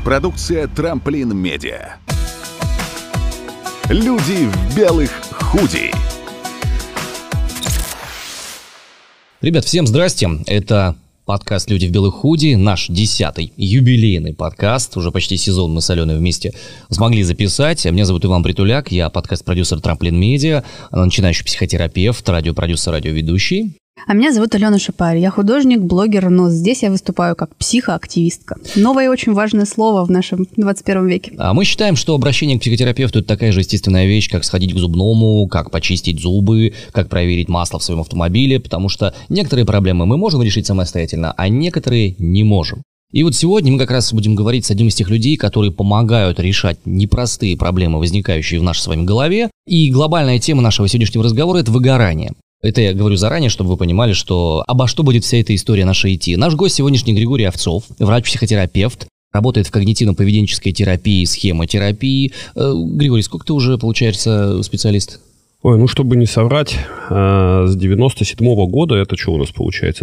Продукция «Трамплин Медиа». Люди в белых худи. Ребят, всем здрасте. Это подкаст «Люди в белых худи», наш 10-й юбилейный подкаст. Уже почти сезон мы с Аленой вместе смогли записать. Меня зовут Иван Притуляк, я подкаст-продюсер «Трамплин Медиа», начинающий психотерапевт, радиопродюсер, радиоведущий. А меня зовут Алена Шапарь. Я художник, блогер, но здесь я выступаю как психоактивистка. Новое и очень важное слово в нашем 21 веке. А мы считаем, что обращение к психотерапевту – это такая же естественная вещь, как сходить к зубному, как почистить зубы, как проверить масло в своем автомобиле, потому что некоторые проблемы мы можем решить самостоятельно, а некоторые не можем. И вот сегодня мы как раз будем говорить с одним из тех людей, которые помогают решать непростые проблемы, возникающие в нашей с вами голове. И глобальная тема нашего сегодняшнего разговора – это выгорание. Это я говорю заранее, чтобы вы понимали, что обо что будет вся эта история наша идти. Наш гость сегодняшний Григорий Овцов, врач-психотерапевт, работает в когнитивно-поведенческой терапии, схемотерапии. Григорий, сколько ты уже, получается, специалист? Ой, ну чтобы не соврать, с 97-го года, это что у нас получается,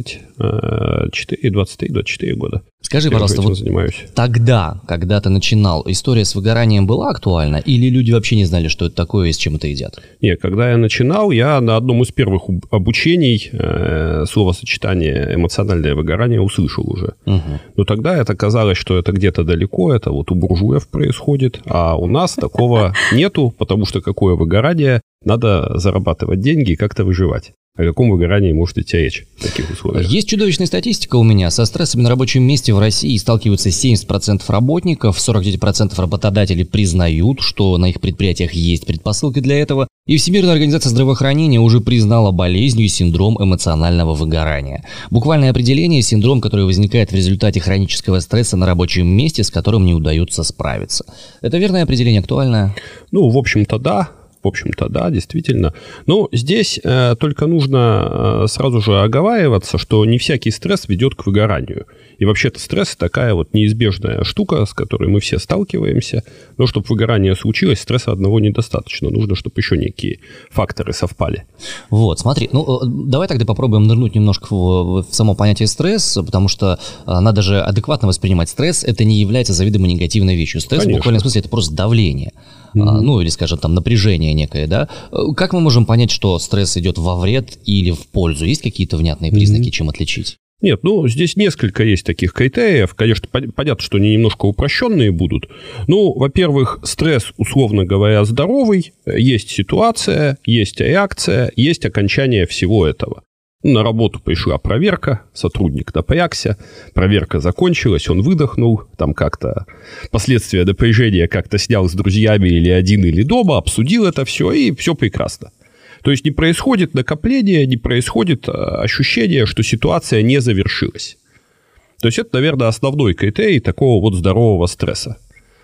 24 года. Скажи, пожалуйста, вот тогда, когда ты начинал, история с выгоранием была актуальна? Или люди вообще не знали, что это такое и с чем это едят? Нет, когда я начинал, я на одном из первых обучений словосочетание «эмоциональное выгорание» услышал уже. Но тогда это казалось, что это где-то далеко, это вот у буржуев происходит, а у нас такого нету, потому что какое выгорание? Надо зарабатывать деньги и как-то выживать. О каком выгорании может идти речь в таких условиях? Есть чудовищная статистика у меня. Со стрессами на рабочем месте в России сталкиваются 70% работников, 49% работодателей признают, что на их предприятиях есть предпосылки для этого. И Всемирная организация здравоохранения уже признала болезнью синдром эмоционального выгорания. Буквальное определение – синдром, который возникает в результате хронического стресса на рабочем месте, с которым не удается справиться. Это верное определение, актуальное? Ну, в общем-то, да. В общем-то, да, действительно. Но здесь только нужно сразу же оговариваться, что не всякий стресс ведет к выгоранию. И вообще-то стресс такая вот неизбежная штука, с которой мы все сталкиваемся. Но чтобы выгорание случилось, стресса одного недостаточно. Нужно, чтобы еще некие факторы совпали. Вот, смотри, ну давай тогда попробуем нырнуть немножко в само понятие стресс, потому что надо же адекватно воспринимать стресс. Это не является заведомо негативной вещью. Стресс, конечно, в буквальном смысле, это просто давление. Ну, или, скажем, там, напряжение некое, да? Как мы можем понять, что стресс идет во вред или в пользу? Есть какие-то внятные признаки, чем отличить? Нет, ну, здесь несколько есть таких критериев. Конечно, понятно, что они немножко упрощенные будут. Ну, во-первых, стресс, условно говоря, здоровый. Есть ситуация, есть реакция, есть окончание всего этого. На работу пришла проверка, сотрудник напрягся, проверка закончилась, он выдохнул, там как-то последствия напряжения как-то снял с друзьями или один, или дома, обсудил это все, и все прекрасно. То есть не происходит накопление, не происходит ощущение, что ситуация не завершилась. То есть это, наверное, основной критерий такого вот здорового стресса.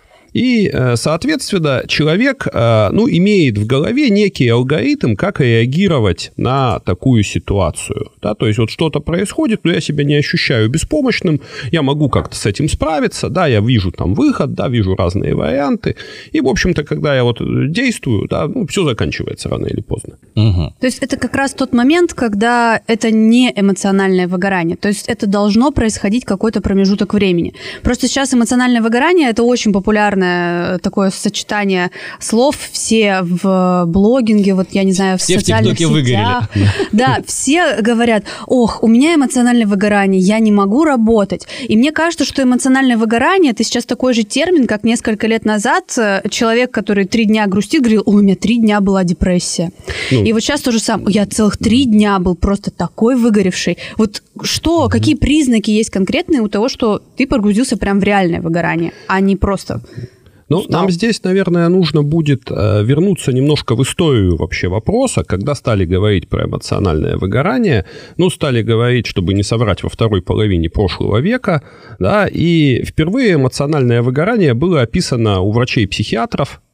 И, соответственно, человек, имеет в голове некий алгоритм, как реагировать на такую ситуацию. Да? То есть вот что-то происходит, но я себя не ощущаю беспомощным, я могу как-то с этим справиться, да, я вижу там выход, да, вижу разные варианты. И, в общем-то, когда я вот действую, да, все заканчивается рано или поздно. То есть это как раз тот момент, когда это не эмоциональное выгорание. То есть это должно происходить какой-то промежуток времени. Просто сейчас эмоциональное выгорание – это очень популярное такое сочетание слов. Все в блогинге, вот я не знаю, в социальных сетях. Выгорели. Да, все говорят: ох, у меня эмоциональное выгорание, я не могу работать. И мне кажется, что эмоциональное выгорание – это сейчас такой же термин, как несколько лет назад человек, который 3 дня грустит, говорил: у меня 3 дня была депрессия. И вот сейчас то же самое. Я целых 3 дня был просто такой выгоревший. Вот что, какие признаки есть конкретные у того, что ты погрузился прям в реальное выгорание, а не просто... Ну, нам здесь, наверное, нужно будет вернуться немножко в историю вообще вопроса, когда стали говорить про эмоциональное выгорание, стали говорить, чтобы не соврать, во второй половине прошлого века, да, и впервые эмоциональное выгорание было описано у врачей-психиатров,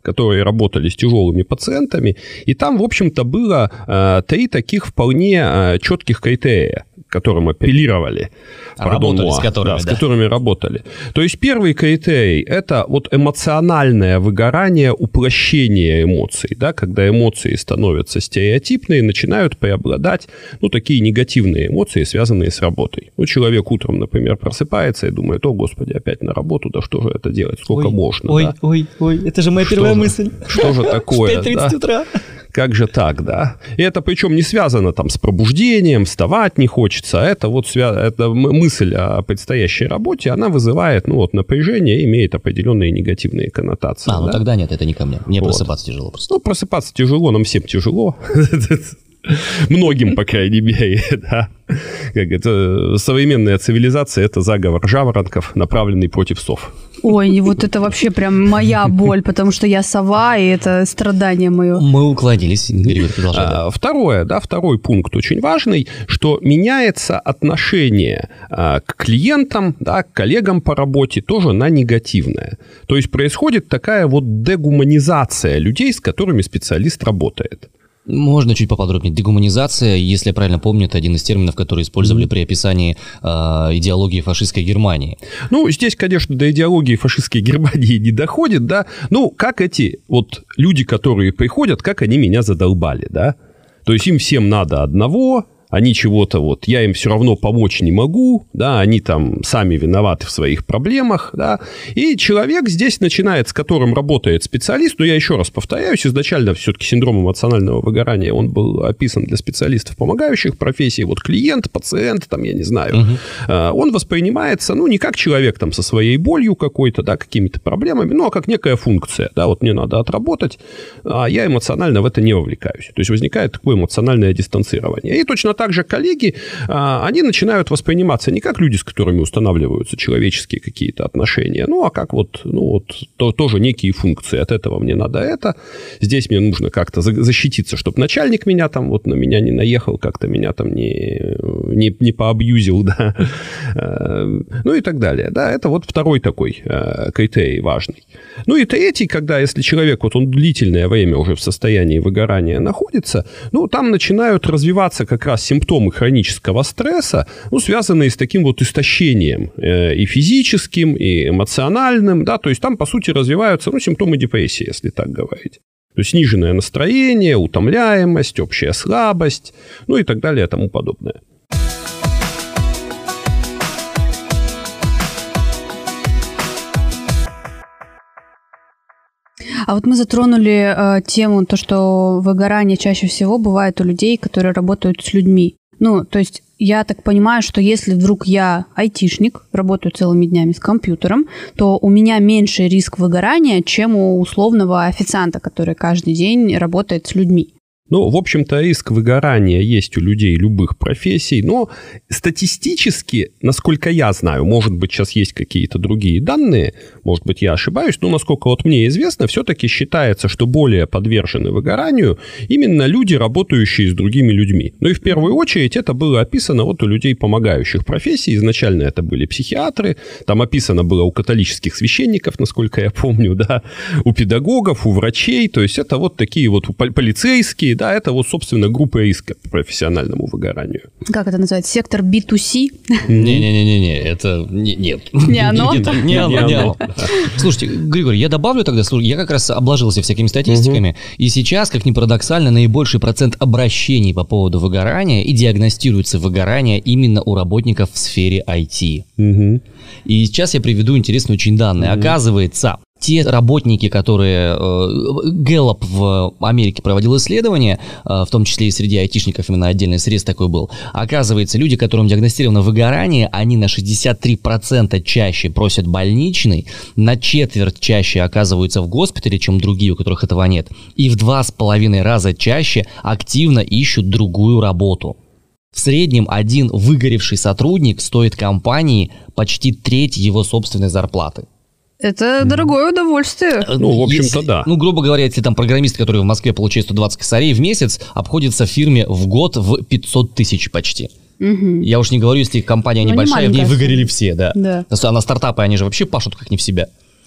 которые работали с тяжелыми пациентами, и там, в общем-то, было 3 таких вполне четких критерия, к которым апеллировали. Работали с которыми, с которыми работали. То есть первый критерий – это вот эмоциональное выгорание, упрощение эмоций, да, когда эмоции становятся стереотипные, начинают преобладать, ну, такие негативные эмоции, связанные с работой. Ну, человек утром, например, просыпается и думает: о, Господи, опять на работу, да что же это делать, сколько можно, да? Ой, это же моя первая мысль. Что же такое? В 5:30 утра. Как же так, да? И это причем не связано там с пробуждением, вставать не хочется. Это вот это мысль о предстоящей работе, она вызывает, ну, вот, напряжение и имеет определенные негативные коннотации. Ну тогда нет, это не ко мне. Мне просыпаться тяжело просто. Ну, просыпаться тяжело, нам всем тяжело. Многим, по крайней мере, да. Как это, современная цивилизация – это заговор жаворонков, направленный против сов. Ой, вот это вообще прям моя боль, потому что я сова, и это страдание мое. Мы уклонились. Григорий, продолжай. Второй пункт очень важный, что меняется отношение к клиентам, да, к коллегам по работе тоже на негативное. То есть происходит такая вот дегуманизация людей, с которыми специалист работает. Можно чуть поподробнее. Дегуманизация, если я правильно помню, это один из терминов, которые использовали при описании идеологии фашистской Германии. Ну, здесь, конечно, до идеологии фашистской Германии не доходит, да. Ну, как эти вот люди, которые приходят, как они меня задолбали, да. То есть им всем надо одного, они чего-то вот, я им все равно помочь не могу, да, они там сами виноваты в своих проблемах, да, и человек здесь начинает, с которым работает специалист, но я еще раз повторяюсь, изначально все-таки синдром эмоционального выгорания, он был описан для специалистов, помогающих профессий, вот клиент, пациент, там, я не знаю, он воспринимается, ну, не как человек там со своей болью какой-то, да, какими-то проблемами, ну, а как некая функция, да, вот мне надо отработать, а я эмоционально в это не вовлекаюсь, то есть возникает такое эмоциональное дистанцирование, и точно так же коллеги, они начинают восприниматься не как люди, с которыми устанавливаются человеческие какие-то отношения, ну, а как вот, ну, вот тоже некие функции. От этого мне надо это. Здесь мне нужно как-то защититься, чтобы начальник меня там вот на меня не наехал, как-то меня там не поабьюзил, да. Ну, и так далее. Да, это вот второй такой критерий важный. Ну, и третий, когда, если человек, вот он длительное время уже в состоянии выгорания находится, ну, там начинают развиваться как раз симптомы хронического стресса, ну, связанные с таким вот истощением и физическим, и эмоциональным, да, то есть там, по сути, развиваются, ну, симптомы депрессии, если так говорить. То есть сниженное настроение, утомляемость, общая слабость, ну, и так далее, и тому подобное. А вот мы затронули тему, то, что выгорание чаще всего бывает у людей, которые работают с людьми. Ну, то есть я так понимаю, что если вдруг я айтишник, работаю целыми днями с компьютером, то у меня меньше риск выгорания, чем у условного официанта, который каждый день работает с людьми. Ну, в общем-то, риск выгорания есть у людей любых профессий, но статистически, насколько я знаю, может быть, сейчас есть какие-то другие данные, может быть, я ошибаюсь, но, насколько вот мне известно, все-таки считается, что более подвержены выгоранию именно люди, работающие с другими людьми. Ну и в первую очередь это было описано вот у людей, помогающих профессий. Изначально это были психиатры, там описано было у католических священников, насколько я помню, да, у педагогов, у врачей, то есть это вот такие вот полицейские, да, это вот, собственно, группа риска по профессиональному выгоранию. Как это называется? Сектор B2C? Не-не-не, это нет. Не оно? Не оно. Слушайте, Григорий, я добавлю тогда, я как раз обложился всякими статистиками, и сейчас, как ни парадоксально, наибольший процент обращений по поводу выгорания и диагностируется выгорание именно у работников в сфере IT. И сейчас я приведу интересные очень данные. Оказывается, те работники, которые Gallup в Америке проводил исследования, в том числе и среди айтишников, именно отдельный срез такой был, оказывается, люди, которым диагностировано выгорание, они на 63% чаще просят больничный, на четверть чаще оказываются в госпитале, чем другие, у которых этого нет, и в 2,5 раза чаще активно ищут другую работу. В среднем один выгоревший сотрудник стоит компании почти треть его собственной зарплаты. Это дорогое удовольствие. Ну, в общем-то, да. Ну, грубо говоря, если там программисты, которые в Москве получают 120 косарей в месяц, обходятся фирме в год в 500 тысяч почти. Я уж не говорю, если компания небольшая, в ней выгорели все, да. А на стартапы они же вообще пашут как не в себя.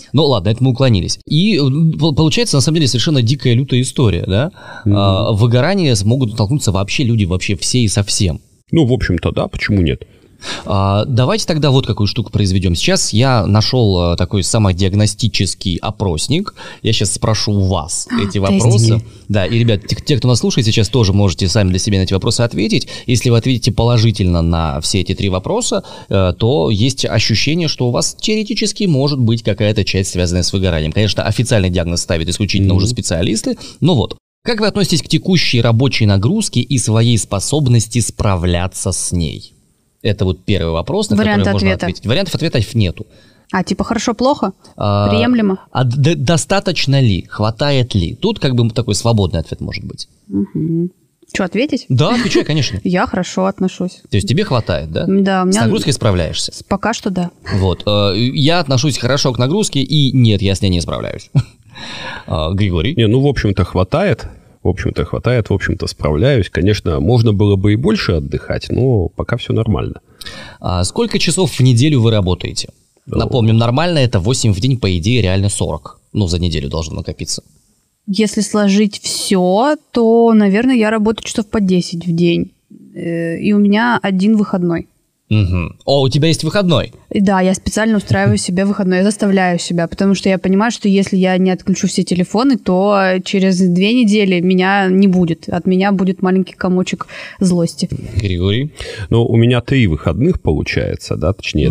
Ну ладно, это мы уклонились. И получается, на самом деле, совершенно дикая, лютая история, да? В выгорание могут столкнуться вообще люди, вообще все и совсем. Ну, в общем-то, да, почему нет? Давайте тогда вот какую штуку произведем. Сейчас я нашел такой самодиагностический опросник. Я сейчас спрошу у вас эти вопросы. Да, и, ребят, те, кто нас слушает, сейчас тоже можете сами для себя на эти вопросы ответить. Если вы ответите положительно на все эти 3 вопроса, то есть ощущение, что у вас теоретически может быть какая-то часть, связанная с выгоранием. Конечно, официальный диагноз ставят исключительно уже специалисты, но вот. Как вы относитесь к текущей рабочей нагрузке и своей способности справляться с ней? Это вот первый вопрос, на который можно ответить. Вариантов ответа нету. Типа хорошо-плохо? Приемлемо? Достаточно ли? Хватает ли? Тут как бы такой свободный ответ может быть. Что, ответить? Да, отвечай, конечно. Я хорошо отношусь. То есть тебе хватает, да? Да. С нагрузкой справляешься? Пока что да. Вот. Я отношусь хорошо к нагрузке, и нет, я с ней не справляюсь. Григорий? В общем-то, хватает. В общем-то, справляюсь. Конечно, можно было бы и больше отдыхать, но пока все нормально. Сколько часов в неделю вы работаете? Напомним, нормально это 8 в день, по идее, реально 40. За неделю должно накопиться. Если сложить все, то, наверное, я работаю часов по 10 в день. И у меня 1 выходной. Угу. У тебя есть выходной? Да, я специально устраиваю себе выходной, я заставляю себя, потому что я понимаю, что если я не отключу все телефоны, то через 2 недели меня не будет. От меня будет маленький комочек злости. Григорий? У меня 3 выходных получается, да, точнее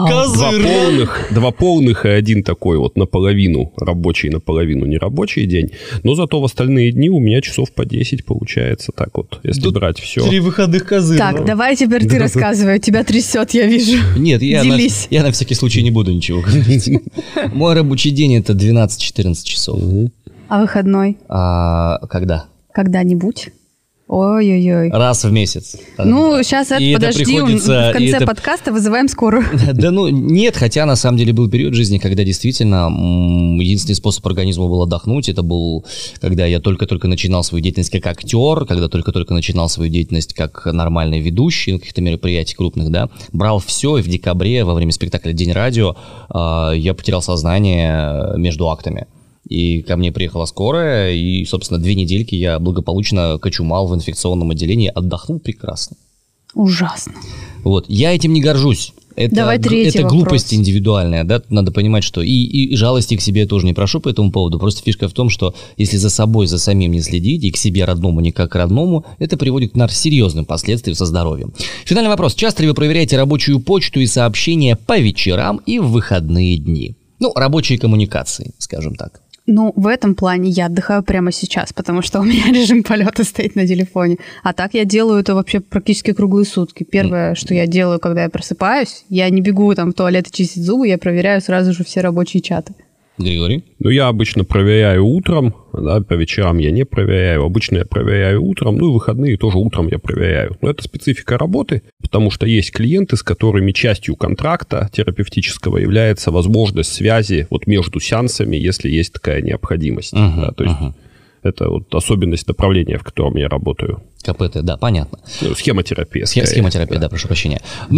2 полных и 1 такой вот наполовину рабочий, наполовину нерабочий день. Но зато в остальные дни у меня часов по 10 получается, так вот, если брать все. 3 выходных козырь. Так, давай теперь ты рассказывай, тебя трясет, я вижу. Нет, я на всякий случай не буду ничего говорить. Мой рабочий день это 12-14 часов. А выходной? Когда? Когда-нибудь. Ой-ой-ой. Раз в месяс. Сейчас подожди, в конце подкаста вызываем скорую. Да нет, хотя на самом деле был период жизни, когда действительно единственный способ организму был отдохнуть, это был, когда я только-только начинал свою деятельность как актер, когда только-только начинал свою деятельность как нормальный ведущий каких-то мероприятий крупных, да, брал все, и в декабре во время спектакля «День радио» я потерял сознание между актами. И ко мне приехала скорая, и, собственно, 2 недельки я благополучно кочумал в инфекционном отделении, отдохнул прекрасно. Ужасно. Вот, я этим не горжусь. Это глупость индивидуальная, да, надо понимать, что и жалости к себе я тоже не прошу по этому поводу, просто фишка в том, что если за собой, за самим не следить, и к себе родному не как к родному, это приводит к серьезным последствиям со здоровьем. Финальный вопрос. Часто ли вы проверяете рабочую почту и сообщения по вечерам и в выходные дни? Рабочие коммуникации, скажем так. В этом плане я отдыхаю прямо сейчас, потому что у меня режим полета стоит на телефоне. А так я делаю это вообще практически круглые сутки. Первое, что я делаю, когда я просыпаюсь, я не бегу в туалет и чистить зубы, я проверяю сразу же все рабочие чаты. Григорий? Я обычно проверяю утром, да, по вечерам я не проверяю. Обычно я проверяю утром, и выходные тоже утром я проверяю. Но это специфика работы, потому что есть клиенты, с которыми частью контракта терапевтического является возможность связи между сеансами, если есть такая необходимость. Да, то есть это особенность направления, в котором я работаю. КПТ, да, понятно. Схемотерапия. Схемотерапия, да, прошу прощения.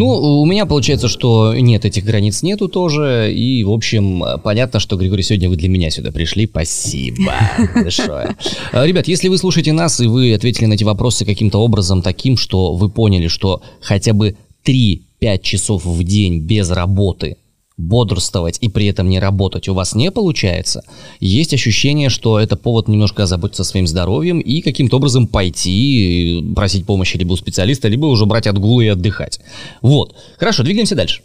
У меня получается, что нет, этих границ нету тоже, и, в общем, понятно, что, Григорий, сегодня вы для меня сюда пришли. Спасибо большое. Ребят, если вы слушаете нас, и вы ответили на эти вопросы каким-то образом таким, что вы поняли, что хотя бы 3-5 часов в день без работы бодрствовать и при этом не работать у вас не получается, есть ощущение, что это повод немножко озаботиться своим здоровьем и каким-то образом пойти просить помощи либо у специалиста, либо уже брать отгулы и отдыхать. Вот. Хорошо, двигаемся дальше.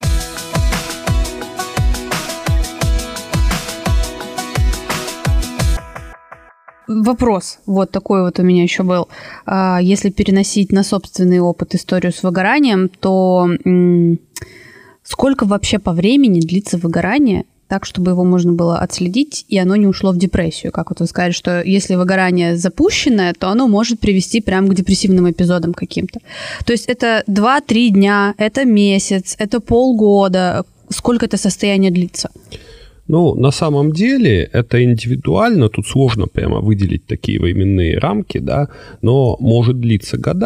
Вопрос вот такой вот у меня еще был. Если переносить на собственный опыт историю с выгоранием, то сколько вообще по времени длится выгорание, так, чтобы его можно было отследить, и оно не ушло в депрессию? Как вы сказали, что если выгорание запущенное, то оно может привести прямо к депрессивным эпизодам каким-то. То есть это 2-3 дня, это месяц, это полгода. Сколько это состояние длится? На самом деле это индивидуально, тут сложно прямо выделить такие временные рамки, да, но может длиться годами.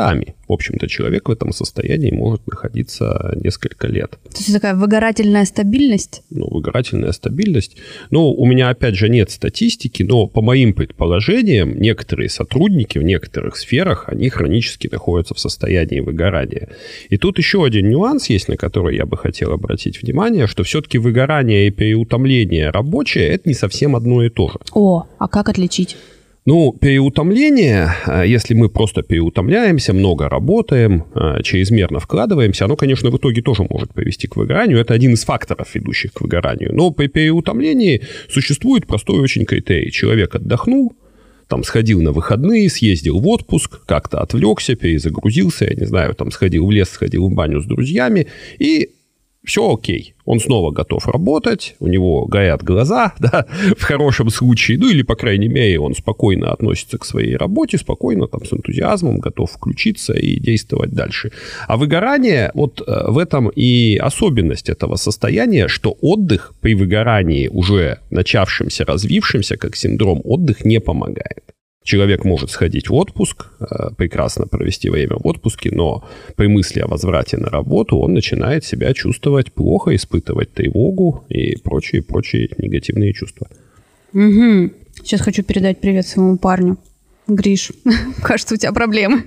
В общем-то, человек в этом состоянии может находиться несколько лет. То есть такая выгорательная стабильность? Выгорательная стабильность. У меня, опять же, нет статистики, но по моим предположениям, некоторые сотрудники в некоторых сферах, они хронически находятся в состоянии выгорания. И тут еще один нюанс есть, на который я бы хотел обратить внимание, что все-таки выгорание и переутомление рабочее – это не совсем одно и то же. А как отличить? Переутомление, если мы просто переутомляемся, много работаем, чрезмерно вкладываемся, оно, конечно, в итоге тоже может привести к выгоранию. Это один из факторов, ведущих к выгоранию. Но при переутомлении существует простой очень критерий. Человек отдохнул, сходил на выходные, съездил в отпуск, как-то отвлекся, перезагрузился, сходил в лес, сходил в баню с друзьями, и все окей. Он снова готов работать, у него горят глаза, да, в хорошем случае, или, по крайней мере, он спокойно относится к своей работе, спокойно, с энтузиазмом, готов включиться и действовать дальше. А выгорание, в этом и особенность этого состояния, что отдых при выгорании, уже начавшемся, развившемся, как синдром, отдых не помогает. Человек может сходить в отпуск, прекрасно провести время в отпуске, но при мысли о возврате на работу он начинает себя чувствовать плохо, испытывать тревогу и прочие негативные чувства. Угу. Сейчас хочу передать привет своему парню. Гриш, кажется, у тебя проблемы.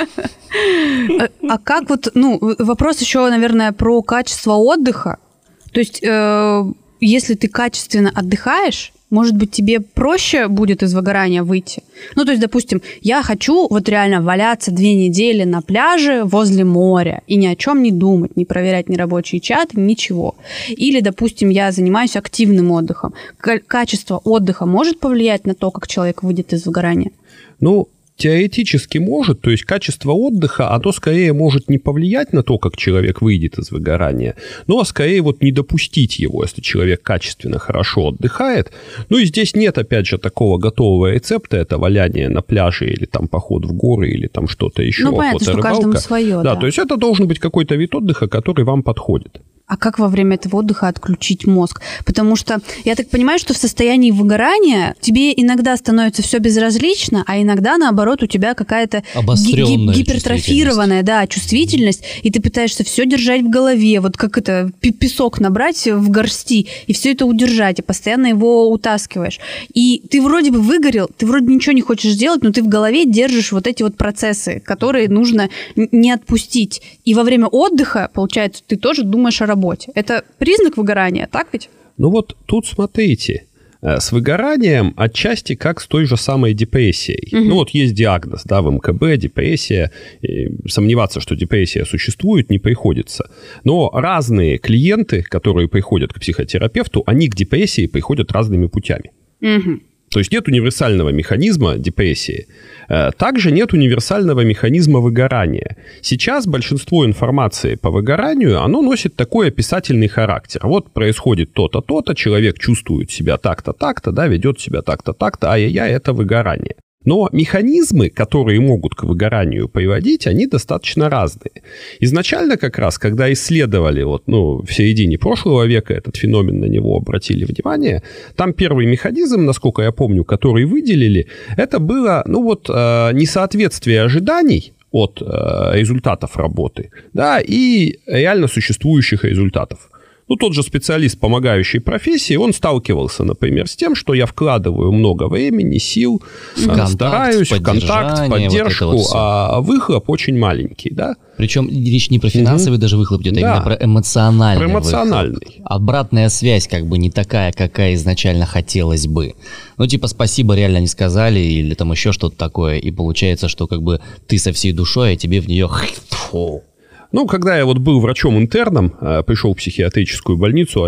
А как вопрос еще, наверное, про качество отдыха. То есть, если ты качественно отдыхаешь, может быть, тебе проще будет из выгорания выйти? То есть, допустим, я хочу реально валяться 2 недели на пляже возле моря и ни о чем не думать, не проверять ни рабочие чаты, ничего. Или, допустим, я занимаюсь активным отдыхом. Качество отдыха может повлиять на то, как человек выйдет из выгорания? Теоретически может, то есть качество отдыха, оно скорее может не повлиять на то, как человек выйдет из выгорания, а скорее не допустить его, если человек качественно, хорошо отдыхает. И здесь нет, опять же, такого готового рецепта, это валяние на пляже или поход в горы или что-то еще. Понятно, что каждому свое, да. То есть это должен быть какой-то вид отдыха, который вам подходит. А как во время этого отдыха отключить мозг? Потому что я так понимаю, что в состоянии выгорания тебе иногда становится все безразлично, а иногда, наоборот, у тебя какая-то гипертрофированная чувствительность, и ты пытаешься все держать в голове, как песок набрать в горсти, и все это удержать, и постоянно его утаскиваешь. И ты вроде бы выгорел, ты вроде ничего не хочешь сделать, но ты в голове держишь эти процессы, которые нужно не отпустить. И во время отдыха, получается, ты тоже думаешь о работе. Это признак выгорания, так ведь? Тут смотрите. С выгоранием отчасти как с той же самой депрессией. Есть диагноз, в МКБ, депрессия. И сомневаться, что депрессия существует, не приходится. Но разные клиенты, которые приходят к психотерапевту, они к депрессии приходят разными путями. То есть нет универсального механизма депрессии. Также нет универсального механизма выгорания. Сейчас большинство информации по выгоранию, оно носит такой описательный характер. Происходит то-то, то-то, человек чувствует себя так-то, так-то, ведет себя так-то, так-то, ай-яй-яй, это выгорание. Но механизмы, которые могут к выгоранию приводить, они достаточно разные. Изначально как раз, когда исследовали в середине прошлого века этот феномен, на него обратили внимание, там первый механизм, насколько я помню, который выделили, это было несоответствие ожиданий от результатов работы, и реально существующих результатов. Тот же специалист помогающей профессии, он сталкивался, например, с тем, что я вкладываю много времени, сил, стараюсь в контакт, поддержку, а выхлоп очень маленький, да? Причем речь не про финансовый даже выхлоп идет, а именно про эмоциональный выхлоп. Обратная связь не такая, какая изначально хотелось бы. Спасибо реально не сказали или еще что-то такое, и получается, что ты со всей душой, а тебе в нее... Когда я был врачом-интерном, пришел в психиатрическую больницу,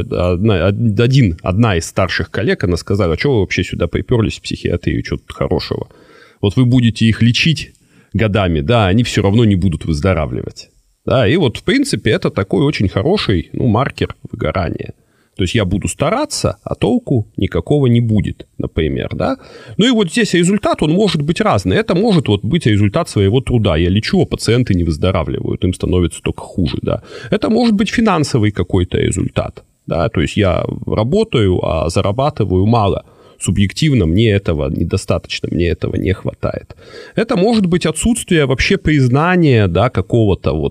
одна из старших коллег, она сказала: что вы вообще сюда приперлись в психиатрию, что-то хорошего. Вы будете их лечить годами, они все равно не будут выздоравливать. И в принципе, это такой очень хороший маркер выгорания. То есть я буду стараться, а толку никакого не будет, например, да. И здесь результат, он может быть разный. Это может быть результат своего труда. Я лечу, а пациенты не выздоравливают, им становится только хуже, да. Это может быть финансовый какой-то результат, да. То есть я работаю, а зарабатываю мало. субъективно мне этого недостаточно, мне этого не хватает. Это может быть отсутствие вообще признания, да, какого-то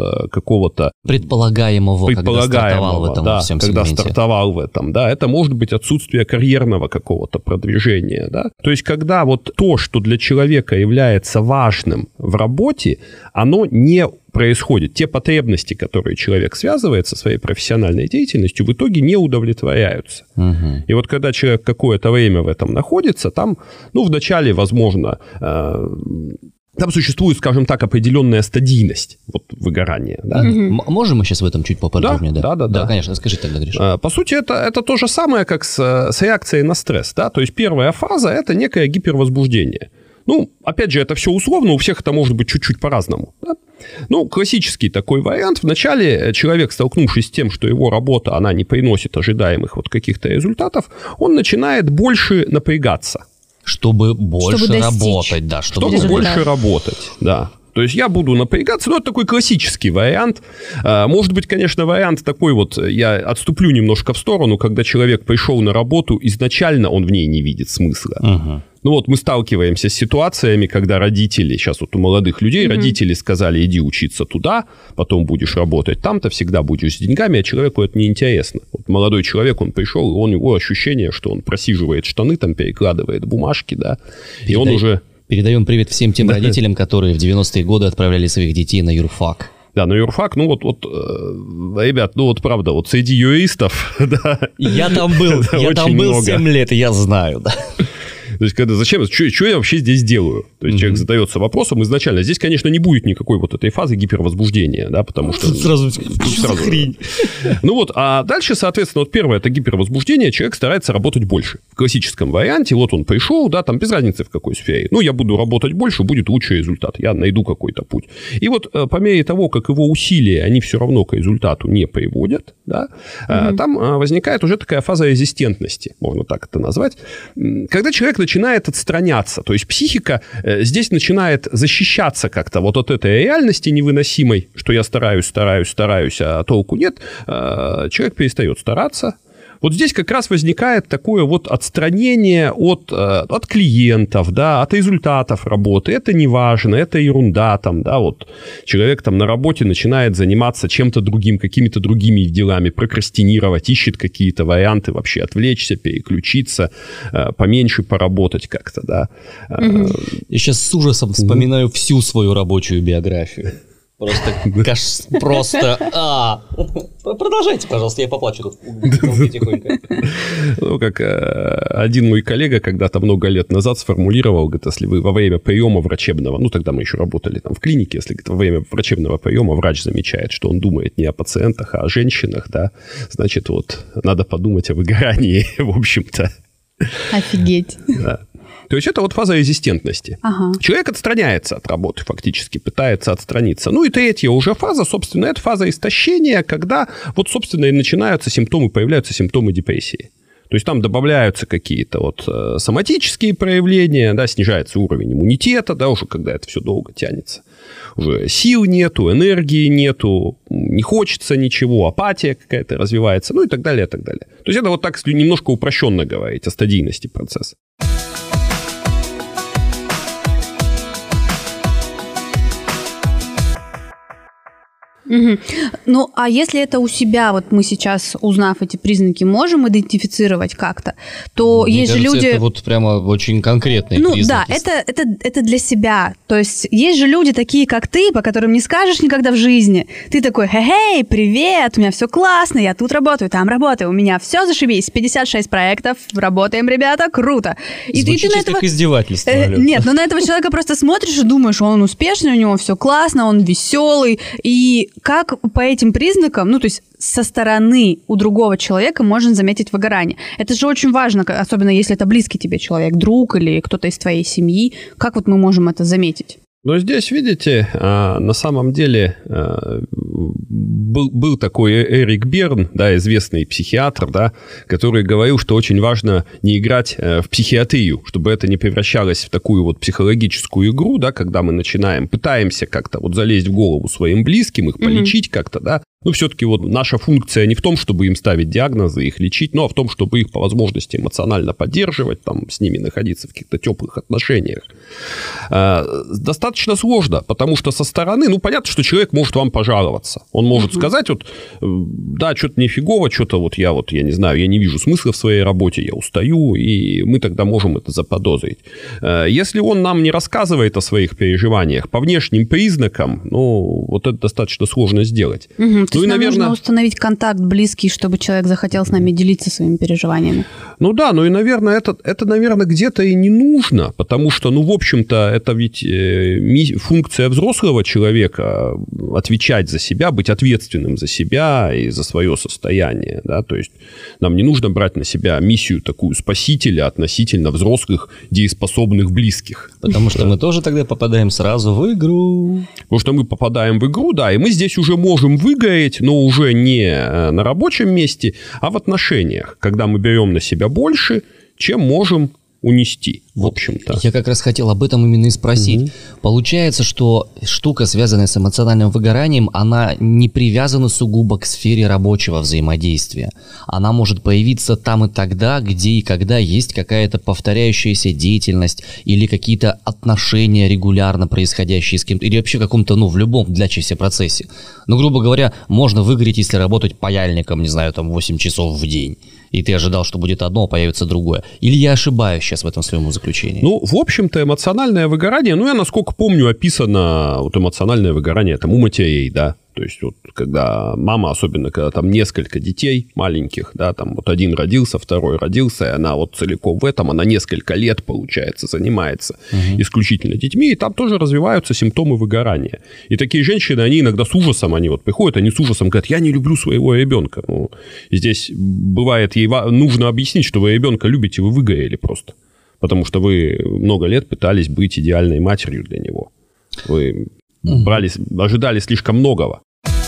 предполагаемого, когда стартовал в этом да, всем когда сегменте. стартовал в этом, да, это может быть отсутствие карьерного какого-то продвижения, да. То есть, когда вот то, что для человека является важным в работе, оно не происходит. Те потребности, которые человек связывает со своей профессиональной деятельностью, в итоге не удовлетворяются. Угу. И вот когда человек какое-то время в этом находится, там, вначале, возможно, там существует, скажем так, определенная стадийность выгорания. Да? Можем мы сейчас в этом чуть поподробнее? Да, конечно. Скажи тогда, Гриша. По сути, это то же самое, как с реакцией на стресс. Да? То есть первая фаза – это некое гипервозбуждение. Опять же, это все условно, у всех это может быть чуть-чуть по-разному. Да? Классический такой вариант. Вначале человек, столкнувшись с тем, что его работа, она не приносит ожидаемых каких-то результатов, он начинает больше напрягаться. Чтобы больше работать, да. Чтобы больше работать, да. То есть я буду напрягаться, это такой классический вариант. Может быть, конечно, вариант такой я отступлю немножко в сторону, когда человек пришел на работу, изначально он в ней не видит смысла. Угу. Мы сталкиваемся с ситуациями, когда родители, сейчас у молодых людей, родители сказали, иди учиться туда, потом будешь работать там-то, всегда будешь с деньгами, а человеку это неинтересно. молодой человек, он пришел, и у него ощущение, что он просиживает штаны, там перекладывает бумажки, да, и он уже... Передаем привет всем тем родителям, которые в 90-е годы отправляли своих детей на юрфак. Да, на юрфак, ребят, правда, среди юристов, да. Я там был 7 лет, я знаю, да. То есть, что я вообще здесь делаю? То есть, человек задается вопросом изначально. Здесь, конечно, не будет никакой этой фазы гипервозбуждения, да, потому что... Сразу хрень. А дальше, соответственно, первое, это гипервозбуждение, человек старается работать больше. В классическом варианте, он пришел, да, там без разницы в какой сфере. Я буду работать больше, будет лучший результат, я найду какой-то путь. И по мере того, как его усилия, они все равно к результату не приводят, да, там возникает уже такая фаза резистентности, можно так это назвать, когда человек начинает отстраняться, то есть психика здесь начинает защищаться как-то от этой реальности невыносимой, что я стараюсь, а толку нет, человек перестает стараться. Здесь как раз возникает такое отстранение от клиентов, да, от результатов работы. Это не важно, это ерунда, там, да, человек там на работе начинает заниматься чем-то другим, какими-то другими делами, прокрастинировать, ищет какие-то варианты вообще отвлечься, переключиться, поменьше поработать как-то, да. Я сейчас с ужасом вспоминаю всю свою рабочую биографию. Просто... Продолжайте, пожалуйста, я поплачу тут тихонько. Как один мой коллега когда-то много лет назад сформулировал, говорит, если вы во время приема врачебного, тогда мы еще работали там в клинике, если во время врачебного приема врач замечает, что он думает не о пациентах, а о женщинах, да, значит, надо подумать о выгорании, в общем-то. Офигеть. Да. То есть это фаза резистентности. Ага. Человек отстраняется от работы фактически, пытается отстраниться. И третья уже фаза, собственно, это фаза истощения, когда собственно, и появляются симптомы депрессии. То есть там добавляются какие-то соматические проявления, да, снижается уровень иммунитета, да, уже когда это все долго тянется. Уже сил нету, энергии нету, не хочется ничего, апатия какая-то развивается, и так далее, и так далее. То есть это так, если немножко упрощенно говорить о стадийности процесса. Угу. А если это у себя, мы сейчас, узнав эти признаки, можем идентифицировать как-то, то Мне есть кажется, же люди... это прямо очень конкретные признаки. Да, это для себя. То есть есть же люди такие, как ты, по которым не скажешь никогда в жизни. Ты такой, хей, привет, у меня все классно, я тут работаю, там работаю, у меня все зашибись, 56 проектов, работаем, ребята, круто. Звучит и ты на этого... как издевательство. Нет, на этого человека просто смотришь и думаешь, он успешный, у него все классно, он веселый, и как по этим признакам, то есть со стороны у другого человека можно заметить выгорание. Это же очень важно, особенно если это близкий тебе человек, друг или кто-то из твоей семьи. Как мы можем это заметить? Но здесь, видите, на самом деле был такой Эрик Берн, да, известный психиатр, да, который говорил, что очень важно не играть в психиатрию, чтобы это не превращалось в такую психологическую игру, да, когда мы пытаемся как-то залезть в голову своим близким, их полечить как-то, да, Ну, все-таки вот наша функция не в том, чтобы им ставить диагнозы, их лечить, но в том, чтобы их по возможности эмоционально поддерживать, там, с ними находиться в каких-то теплых отношениях. Достаточно сложно, потому что со стороны, ну, понятно, что человек может вам пожаловаться. Он может сказать, вот, да, что-то нифигово, что-то я не знаю, я не вижу смысла в своей работе, я устаю, и мы тогда можем это заподозрить. Если он нам не рассказывает о своих переживаниях по внешним признакам, ну, вот это достаточно сложно сделать. То есть нам нужно установить контакт близкий, чтобы человек захотел с нами делиться своими переживаниями. Ну да, ну и, наверное, это, наверное, где-то и не нужно, потому что, ну, в общем-то, это ведь функция взрослого человека отвечать за себя, быть ответственным за себя и за свое состояние, да, то есть нам не нужно брать на себя миссию такую спасителя относительно взрослых, дееспособных близких. Потому что мы тоже тогда попадаем сразу в игру. Потому что мы попадаем в игру, да, и мы здесь уже можем выиграть, но уже не на рабочем месте, а в отношениях, когда мы берем на себя больше, чем можем унести, в общем-то. Я как раз хотел об этом именно и спросить. Получается, что штука, связанная с эмоциональным выгоранием, она не привязана сугубо к сфере рабочего взаимодействия. Она может появиться там и тогда, где и когда есть какая-то повторяющаяся деятельность или какие-то отношения регулярно происходящие с кем-то, или вообще в каком-то, ну, в любом длящемся процессе. Ну, грубо говоря, можно выгореть, если работать паяльником, не знаю, там 8 часов в день. И ты ожидал, что будет одно, а появится другое. Или я ошибаюсь сейчас в этом своем заключении? Ну, в общем-то, эмоциональное выгорание, ну, я, насколько помню, описано, вот эмоциональное выгорание там у матерей, да. То есть, вот, когда мама, особенно, когда там несколько детей маленьких, да, там вот один родился, второй родился, и она вот целиком в этом, она несколько лет, получается, занимается исключительно детьми, и там тоже развиваются симптомы выгорания. И такие женщины, они иногда с ужасом, они вот приходят, они с ужасом говорят, я не люблю своего ребенка. Ну, здесь бывает, ей нужно объяснить, что вы ребенка любите, вы выгорели просто. Потому что вы много лет пытались быть идеальной матерью для него. Вы ожидали слишком многого.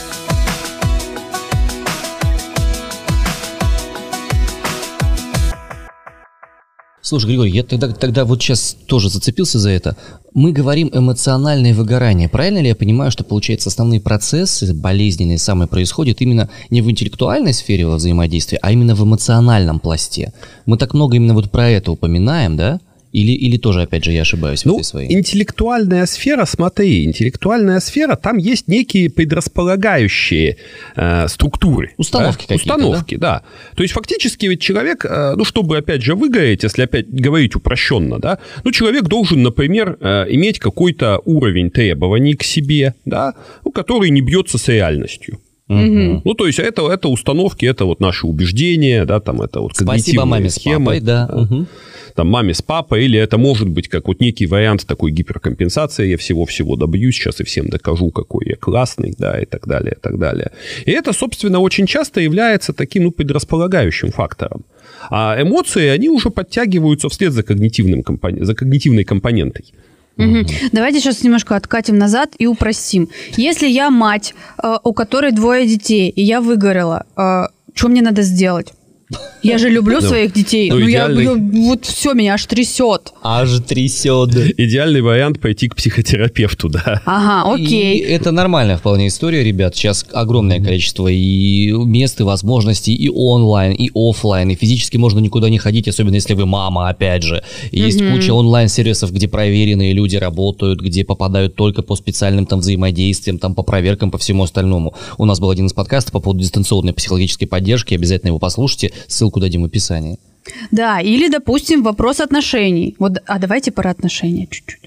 Слушай, Григорий, я тогда вот сейчас тоже зацепился за это. Мы говорим эмоциональное выгорание. Правильно ли я понимаю, что, получается, основные процессы болезненные самые происходят именно не в интеллектуальной сфере во взаимодействии, а именно в эмоциональном пласте? Мы так много именно вот про это упоминаем, да? Или тоже, опять же, я ошибаюсь в этой своей? Интеллектуальная сфера, смотри, там есть некие предрасполагающие структуры. Установки какие-то, Установки, да. То есть, фактически, ведь человек, ну, чтобы, опять же, выгореть, если опять говорить упрощенно, да, ну, человек должен, например, иметь какой-то уровень требований к себе, да, ну, который не бьется с реальностью. Ну, то есть, это установки, это вот наши убеждения, да, там, это вот когнитивные схемы. Спасибо маме с папой, да. Там, маме с папой, или это может быть как вот некий вариант такой гиперкомпенсации, я всего-всего добьюсь, сейчас и всем докажу, какой я классный, да, и так далее, и так далее. И это, собственно, очень часто является таким, ну, предрасполагающим фактором. А эмоции, они уже подтягиваются вслед за когнитивной компонентой. Давайте сейчас немножко откатим назад и упростим. Если я мать, у которой 2 детей, и я выгорела, что мне надо сделать? Я же люблю своих детей. Вот все, меня аж трясет. Идеальный вариант пойти к психотерапевту, да. Ага, окей. И это нормальная вполне история, ребят. Сейчас огромное количество и мест, и возможностей, и онлайн, и офлайн, и физически можно никуда не ходить, особенно если вы мама, опять же. Есть куча онлайн-сервисов, где проверенные люди работают, где попадают только по специальным там взаимодействиям, там по проверкам, по всему остальному. У нас был один из подкастов по поводу дистанционной психологической поддержки, обязательно его послушайте. Ссылку дадим в описании. Да, или, допустим, вопрос отношений. Вот, давайте про отношения чуть-чуть.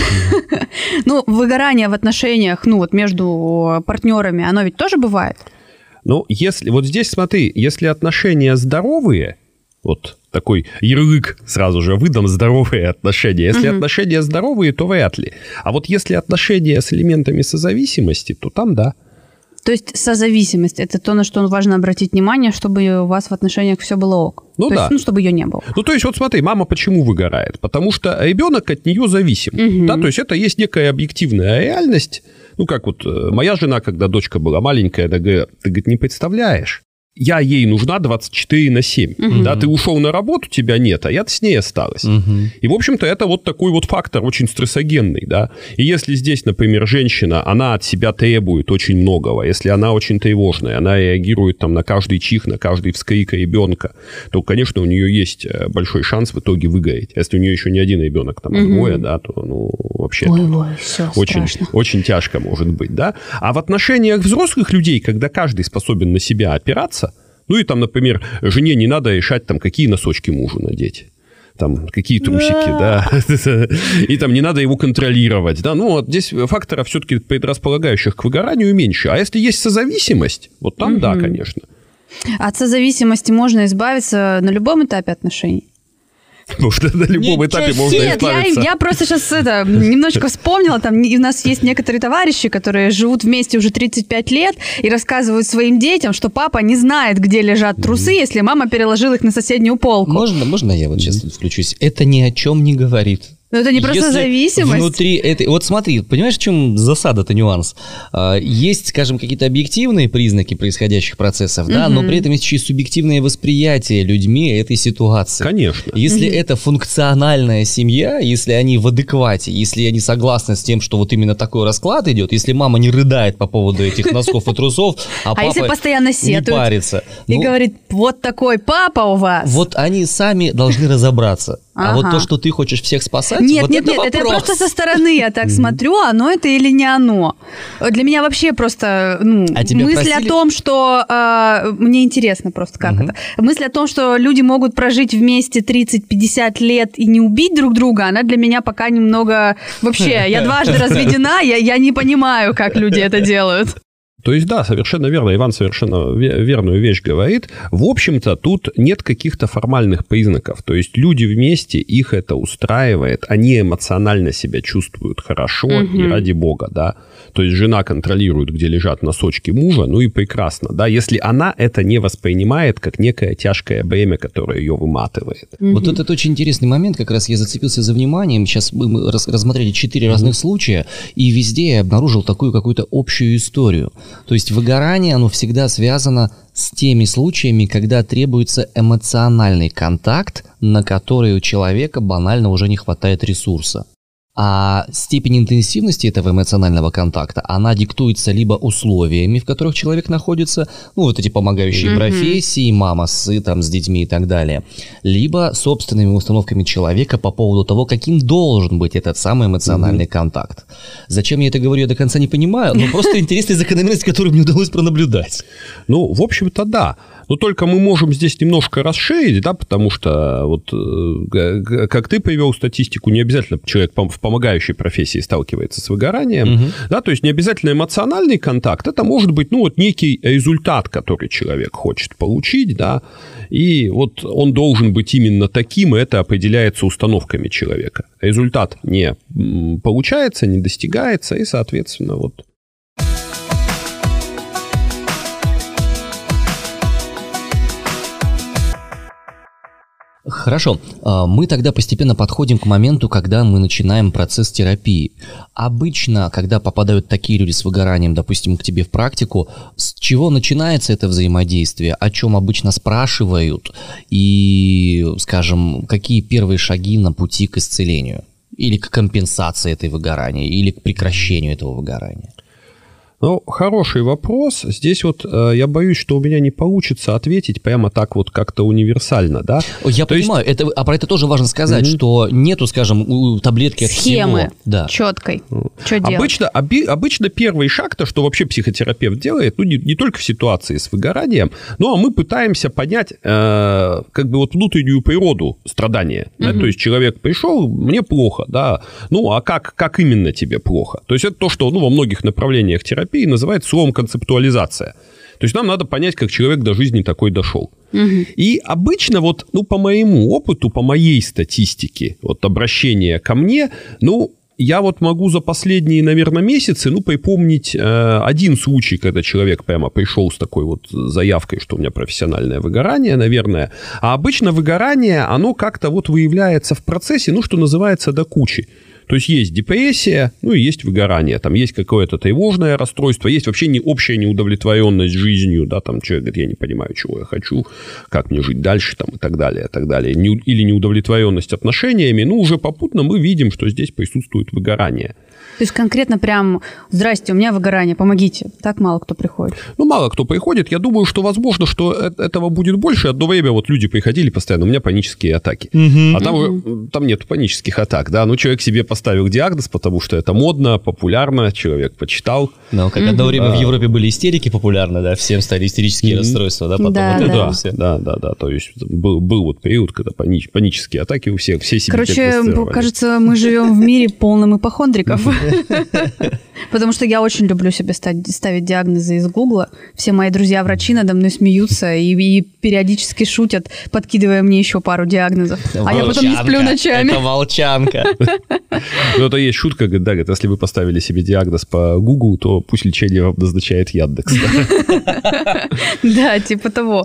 Ну, выгорание в отношениях, ну, вот между партнерами, оно ведь тоже бывает? Ну, если, вот здесь смотри, если отношения здоровые, вот такой ярлык сразу же выдам, здоровые отношения. Если отношения здоровые, то вряд ли. А вот если отношения с элементами созависимости, то там да. То есть созависимость – это то, на что важно обратить внимание, чтобы у вас в отношениях все было ок. Ну то да. есть, ну, чтобы ее не было. Ну, то есть, вот смотри, мама почему выгорает? Потому что ребенок от нее зависим. Да? То есть, это есть некая объективная реальность. Ну, как вот моя жена, когда дочка была маленькая, она говорит, ты, говорит, не представляешь, я ей нужна 24/7. Да, ты ушел на работу, тебя нет, а я-то с ней осталась. И, в общем-то, это вот такой вот фактор очень стрессогенный, да. И если здесь, например, женщина, она от себя требует очень многого, если она очень тревожная, она реагирует там на каждый чих, на каждый вскрик ребенка, то, конечно, у нее есть большой шанс в итоге выгореть. Если у нее еще не один ребенок, там, а двое, да, то, ну, вообще очень тяжко может быть, да. А в отношениях взрослых людей, когда каждый способен на себя опираться, ну и там, например, жене не надо решать, там, какие носочки мужу надеть, там, какие трусики, да, и там не надо его контролировать, да, ну, вот здесь факторов все-таки предрасполагающих к выгоранию меньше, а если есть созависимость, вот там, да, конечно. От созависимости можно избавиться на любом этапе отношений? Может, на любом этапе можно избавиться. Я просто сейчас немножечко вспомнила, там у нас есть некоторые товарищи, которые живут вместе уже 35 лет и рассказывают своим детям, что папа не знает, где лежат трусы, если мама переложила их на соседнюю полку. Можно я вот сейчас включусь? Это ни о чем не говорит. Но это не просто зависимость. Внутри этой... Вот смотри, понимаешь, в чем засада-то, нюанс? Есть, скажем, какие-то объективные признаки происходящих процессов, да, но при этом есть еще и субъективное восприятие людьми этой ситуации. Конечно. Если это функциональная семья, если они в адеквате, если они согласны с тем, что вот именно такой расклад идет, если мама не рыдает по поводу этих носков и трусов, а папа если постоянно сетует не парится. И говорит, вот такой папа у вас. Вот они сами должны разобраться. А вот то, что ты хочешь всех спасать, нет, это вопрос. Это я просто со стороны я так смотрю, оно это или не оно. Для меня вообще просто мысль о том, что... мне интересно просто, как это. Мысль о том, что люди могут прожить вместе 30-50 лет и не убить друг друга, она для меня пока немного... Вообще, я дважды разведена, я не понимаю, как люди это делают. То есть, да, совершенно верно, Иван совершенно верную вещь говорит. В общем-то, тут нет каких-то формальных признаков. То есть, люди вместе, их это устраивает, они эмоционально себя чувствуют хорошо, и ради бога, да. То есть, жена контролирует, где лежат носочки мужа, ну и прекрасно, да, если она это не воспринимает как некое тяжкое бремя, которое ее выматывает. Вот этот очень интересный момент, как раз я зацепился за вниманием. Сейчас мы рассмотрели 4 разных случая, и везде я обнаружил такую какую-то общую историю. То есть выгорание, оно всегда связано с теми случаями, когда требуется эмоциональный контакт, на который у человека банально уже не хватает ресурса. А степень интенсивности этого эмоционального контакта, она диктуется либо условиями, в которых человек находится, ну, вот эти помогающие профессии, мама с детьми и так далее, либо собственными установками человека по поводу того, каким должен быть этот самый эмоциональный контакт. Зачем я это говорю, я до конца не понимаю, но просто интересная закономерность, которую мне удалось пронаблюдать. Ну, в общем-то, да. Но только мы можем здесь немножко расширить, да, потому что, вот, как ты привел статистику, не обязательно человек в помогающей профессии сталкивается с выгоранием, да, то есть не обязательно эмоциональный контакт, это может быть, ну, вот некий результат, который человек хочет получить, да, и вот он должен быть именно таким, и это определяется установками человека. Результат не получается, не достигается, и, соответственно, вот... Хорошо, мы тогда постепенно подходим к моменту, когда мы начинаем процесс терапии. Обычно, когда попадают такие люди с выгоранием, допустим, к тебе в практику, с чего начинается это взаимодействие, о чем обычно спрашивают и, скажем, какие первые шаги на пути к исцелению? Или к компенсации этой выгорания, или к прекращению этого выгорания? Ну, хороший вопрос. Здесь вот я боюсь, что у меня не получится ответить прямо так вот как-то универсально, да? Я понимаю, про это тоже важно сказать, что нету, скажем, у таблетки от схемы всего. четкой. Что делать? Обычно первый шаг-то, что вообще психотерапевт делает, ну, не только в ситуации с выгоранием, но мы пытаемся понять как бы вот внутреннюю природу страдания. Да? То есть человек пришел, мне плохо, да, ну, а как именно тебе плохо? То есть это то, что во многих направлениях терапии называется словом концептуализация. То есть нам надо понять, как человек до жизни такой дошел. И обычно вот, по моему опыту, по моей статистике, вот обращение ко мне, я вот могу за последние, наверное, месяцы, припомнить один случай, когда человек прямо пришел с такой вот заявкой, что у меня профессиональное выгорание, наверное. А обычно выгорание, оно как-то вот выявляется в процессе, что называется, до кучи. То есть есть депрессия, ну и есть выгорание. Там есть какое-то тревожное расстройство, есть вообще общая неудовлетворенность жизнью, да, там человек говорит, я не понимаю, чего я хочу, как мне жить дальше, там, и так далее, и так далее. Или неудовлетворенность отношениями. Ну, уже попутно мы видим, что здесь присутствует выгорание. То есть конкретно прям, здрасте, у меня выгорание, помогите. Так мало кто приходит. Ну, мало кто приходит. Я думаю, что возможно, что этого будет больше. Одно время вот люди приходили постоянно, у меня панические атаки. А там нет панических атак, да. Ну, человек себе поставил диагноз, потому что это модно, популярно, человек почитал. Ну, как одно время в Европе были истерики популярны, да, всем стали истерические расстройства, да, потом да, вот это да. все. Да. То есть был вот период, когда панические атаки у всех, все себе Короче, кажется, мы живем в мире полном ипохондриков. Потому что я очень люблю себе ставить диагнозы из Гугла. Все мои друзья-врачи надо мной смеются и периодически шутят, подкидывая мне еще пару диагнозов. А я потом не сплю ночами. Это волчанка. Ну, это есть шутка, говорит, если вы поставили себе диагноз по Гуглу, то пусть лечение вам назначает Яндекс. Да, типа того.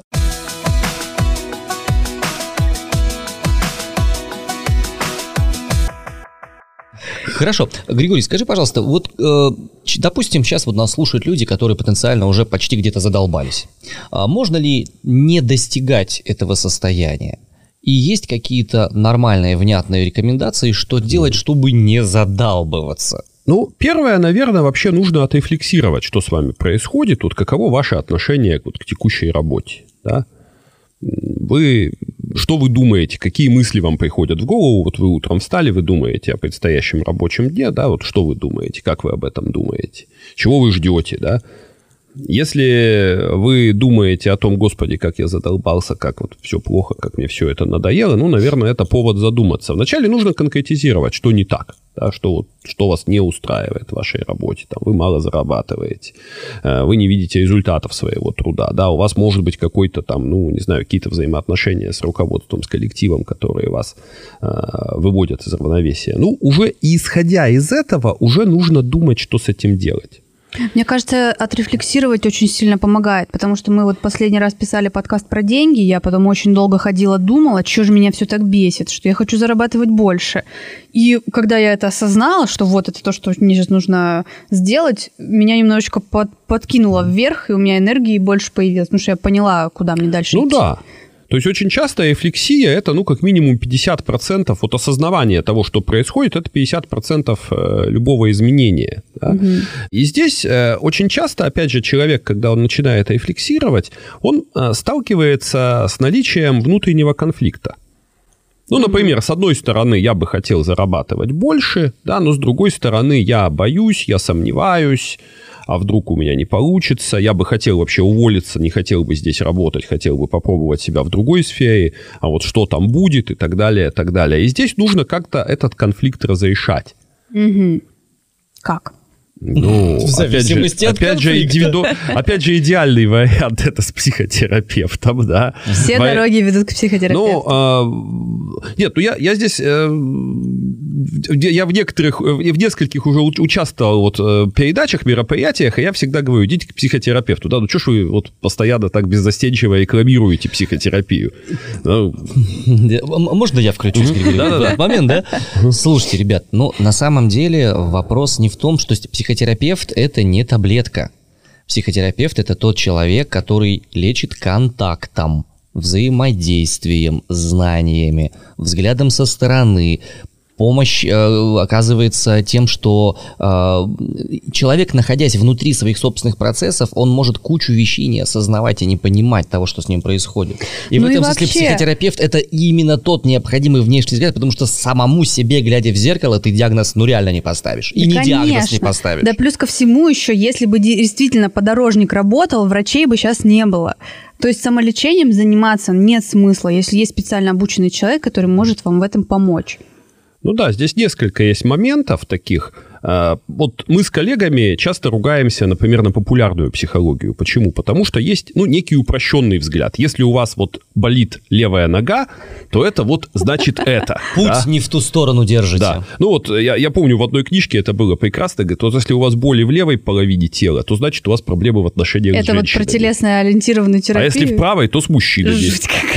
Хорошо. Григорий, скажи, пожалуйста, вот, допустим, сейчас вот нас слушают люди, которые потенциально уже почти где-то задолбались. Можно ли не достигать этого состояния? И есть какие-то нормальные, внятные рекомендации, что делать, чтобы не задалбываться? Ну, первое, наверное, вообще нужно отрефлексировать, что с вами происходит, вот каково ваше отношение вот к текущей работе, да? Что вы думаете, какие мысли вам приходят в голову? Вот вы утром встали, вы думаете о предстоящем рабочем дне, да, вот что вы думаете, как вы об этом думаете, чего вы ждете, да? Если вы думаете о том, господи, как я задолбался, как вот все плохо, как мне все это надоело, ну, наверное, это повод задуматься. Вначале нужно конкретизировать, что не так, да, что вас не устраивает в вашей работе. Там, вы мало зарабатываете, вы не видите результатов своего труда, да, у вас может быть какой-то там, ну, не знаю, какие-то взаимоотношения с руководством, с коллективом, которые вас выводят из равновесия. Ну, уже исходя из этого, уже нужно думать, что с этим делать. Мне кажется, отрефлексировать очень сильно помогает, потому что мы вот последний раз писали подкаст про деньги, я потом очень долго ходила, думала, что же меня все так бесит, что я хочу зарабатывать больше. И когда я это осознала, что вот это то, что мне сейчас нужно сделать, меня немножечко подкинуло вверх, и у меня энергии больше появилось, потому что я поняла, куда мне дальше идти. Ну да. То есть очень часто рефлексия – это, ну, как минимум 50% от осознавания того, что происходит, это 50% любого изменения. Да? Угу. И здесь очень часто, опять же, человек, когда он начинает рефлексировать, он сталкивается с наличием внутреннего конфликта. Ну, например, с одной стороны, я бы хотел зарабатывать больше, да, но с другой стороны, я боюсь, я сомневаюсь, а вдруг у меня не получится, я бы хотел вообще уволиться, не хотел бы здесь работать, хотел бы попробовать себя в другой сфере, а вот что там будет и так далее, и так далее. И здесь нужно как-то этот конфликт разрешать. Угу. Как? Ну, опять же, идеальный вариант это с психотерапевтом, да. Все дороги ведут к психотерапевту. Нет, ну я здесь, я в нескольких уже участвовал вот в передачах, мероприятиях, и я всегда говорю, идите к психотерапевту, да, ну что ж вы вот постоянно так беззастенчиво рекламируете психотерапию? Можно я включусь, Григорий, в этот момент, да? Слушайте, ребят, ну на самом деле вопрос не в том, что психотерапевт – это не таблетка. Психотерапевт – это тот человек, который лечит контактом, взаимодействием, знаниями, взглядом со стороны. Помощь оказывается тем, что человек, находясь внутри своих собственных процессов, он может кучу вещей не осознавать и не понимать того, что с ним происходит. И в этом смысле психотерапевт – это именно тот необходимый внешний взгляд, потому что самому себе, глядя в зеркало, ты диагноз реально не поставишь. И да, не диагноз не поставишь. Да плюс ко всему еще, если бы действительно подорожник работал, врачей бы сейчас не было. То есть самолечением заниматься нет смысла, если есть специально обученный человек, который может вам в этом помочь. Ну да, здесь несколько есть моментов таких. Вот мы с коллегами часто ругаемся, например, на популярную психологию. Почему? Потому что есть, ну, некий упрощенный взгляд. Если у вас вот болит левая нога, то это вот значит это. Путь не в ту сторону держите. Да. Ну вот я помню, в одной книжке это было прекрасно. Говорит, вот если у вас боли в левой половине тела, то значит у вас проблемы в отношениях с женщинами. Это вот про телесно-ориентированную терапию. А если в правой, то с мужчинами.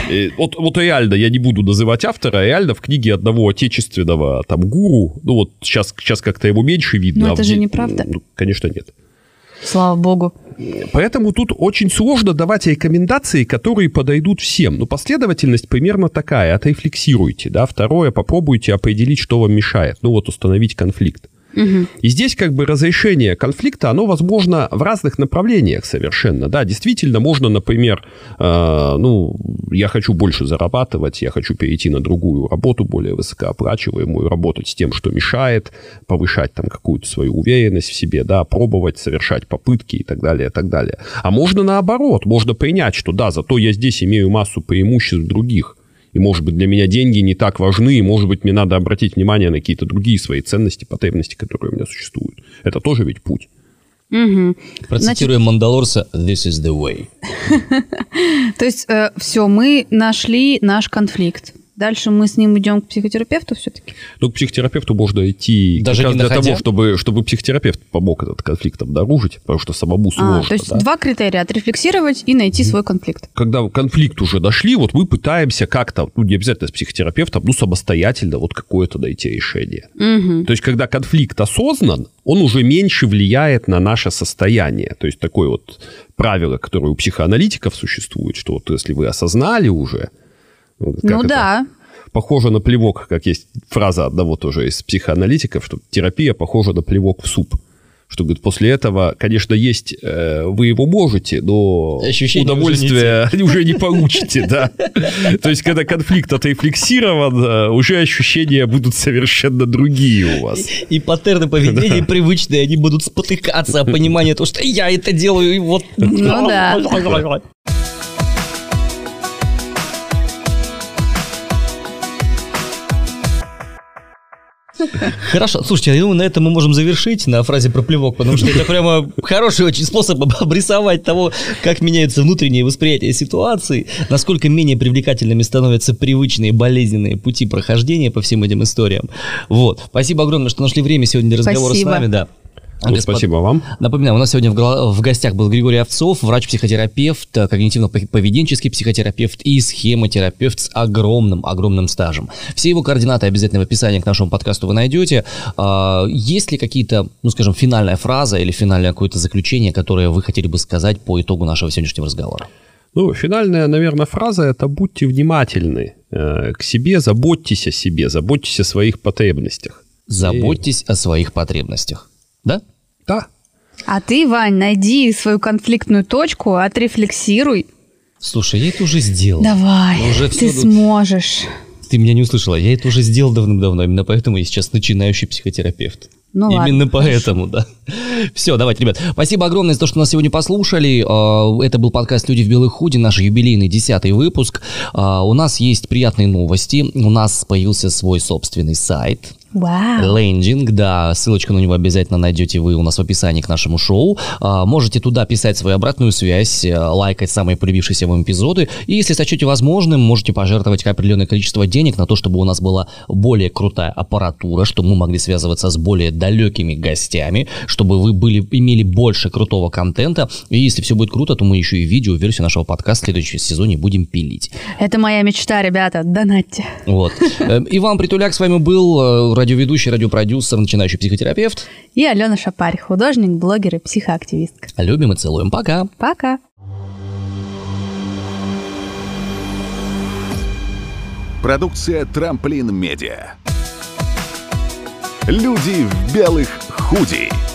Вот реально, я не буду называть автора, реально в книге одного отечественного там гуру, ну вот сейчас как-то его меньше видно. Но это же неправда. Ну, конечно, нет. Слава богу. Поэтому тут очень сложно давать рекомендации, которые подойдут всем. Но последовательность примерно такая. Отрефлексируйте, да. Второе, попробуйте определить, что вам мешает. Ну вот установить конфликт. Угу. И здесь как бы разрешение конфликта, оно возможно в разных направлениях совершенно. Да, действительно, можно, например, я хочу больше зарабатывать, я хочу перейти на другую работу, более высокооплачиваемую, работать с тем, что мешает, повышать там какую-то свою уверенность в себе, да, пробовать, совершать попытки и так далее, и так далее. А можно наоборот, можно принять, что да, зато я здесь имею массу преимуществ других. И, может быть, для меня деньги не так важны, и, может быть, мне надо обратить внимание на какие-то другие свои ценности, потребности, которые у меня существуют. Это тоже ведь путь. Угу. Процитируем Мандалорца «This is the way». То есть, все, мы нашли наш конфликт. Дальше мы с ним идем к психотерапевту все-таки? Ну, к психотерапевту можно идти даже как раз для того, чтобы психотерапевт помог этот конфликт обнаружить, потому что самому сложно. То есть два критерия: отрефлексировать и найти свой конфликт. Когда в конфликт уже дошли, вот мы пытаемся как-то, не обязательно с психотерапевтом, самостоятельно вот какое-то найти решение. Угу. То есть, когда конфликт осознан, он уже меньше влияет на наше состояние. То есть, такое вот правило, которое у психоаналитиков существует, что вот если вы осознали уже... да. Похоже на плевок, как есть фраза одного тоже из психоаналитиков, что терапия похожа на плевок в суп. Что, говорит, после этого, конечно, есть вы его можете, но ощущение удовольствия уже не получите, да. То есть, когда конфликт отрефлексирован, уже ощущения будут совершенно другие у вас. И паттерны поведения привычные, они будут спотыкаться, понимание того, что я это делаю, и вот... Ну да. Хорошо, слушайте, я думаю, на этом мы можем завершить на фразе про плевок, потому что это прямо хороший очень способ обрисовать того, как меняются внутренние восприятия ситуации, насколько менее привлекательными становятся привычные болезненные пути прохождения по всем этим историям. Вот. Спасибо огромное, что нашли время сегодня для разговора с нами. Да. Спасибо вам. Напоминаю, у нас сегодня в гостях был Григорий Овцов, врач-психотерапевт, когнитивно-поведенческий психотерапевт и схемотерапевт с огромным стажем. Все его координаты обязательно в описании к нашему подкасту вы найдете. Есть ли какие-то, финальная фраза или финальное какое-то заключение, которое вы хотели бы сказать по итогу нашего сегодняшнего разговора? Финальная, наверное, фраза – это «будьте внимательны к себе, заботьтесь о себе, заботьтесь о своих потребностях». Заботьтесь о своих потребностях. Да? Да. А ты, Вань, найди свою конфликтную точку, отрефлексируй. Слушай, я это уже сделал. Давай, ты сможешь. Ты меня не услышала, я это уже сделал давным-давно, именно поэтому я сейчас начинающий психотерапевт. Именно поэтому, да. Все, давайте, ребят. Спасибо огромное за то, что нас сегодня послушали. Это был подкаст «Люди в белых худи», наш юбилейный 10-й выпуск. У нас есть приятные новости. У нас появился свой собственный сайт. Wow. Лендинг, да, ссылочку на него обязательно найдете вы у нас в описании к нашему шоу. Можете туда писать свою обратную связь, лайкать самые полюбившиеся вам эпизоды. И если сочтете возможным, можете пожертвовать определенное количество денег на то, чтобы у нас была более крутая аппаратура, чтобы мы могли связываться с более далекими гостями, чтобы вы имели больше крутого контента. И если все будет круто, то мы еще и видео-версию нашего подкаста в следующем сезоне будем пилить. Это моя мечта, ребята, донатьте. Вот. Иван Притуляк с вами был, радиоведущий, радиопродюсер, начинающий психотерапевт. И Алена Шапарь, художник, блогер и психоактивистка. Любим и целуем. Пока. Пока. Продукция «Трамплин Медиа». Люди в белых худи.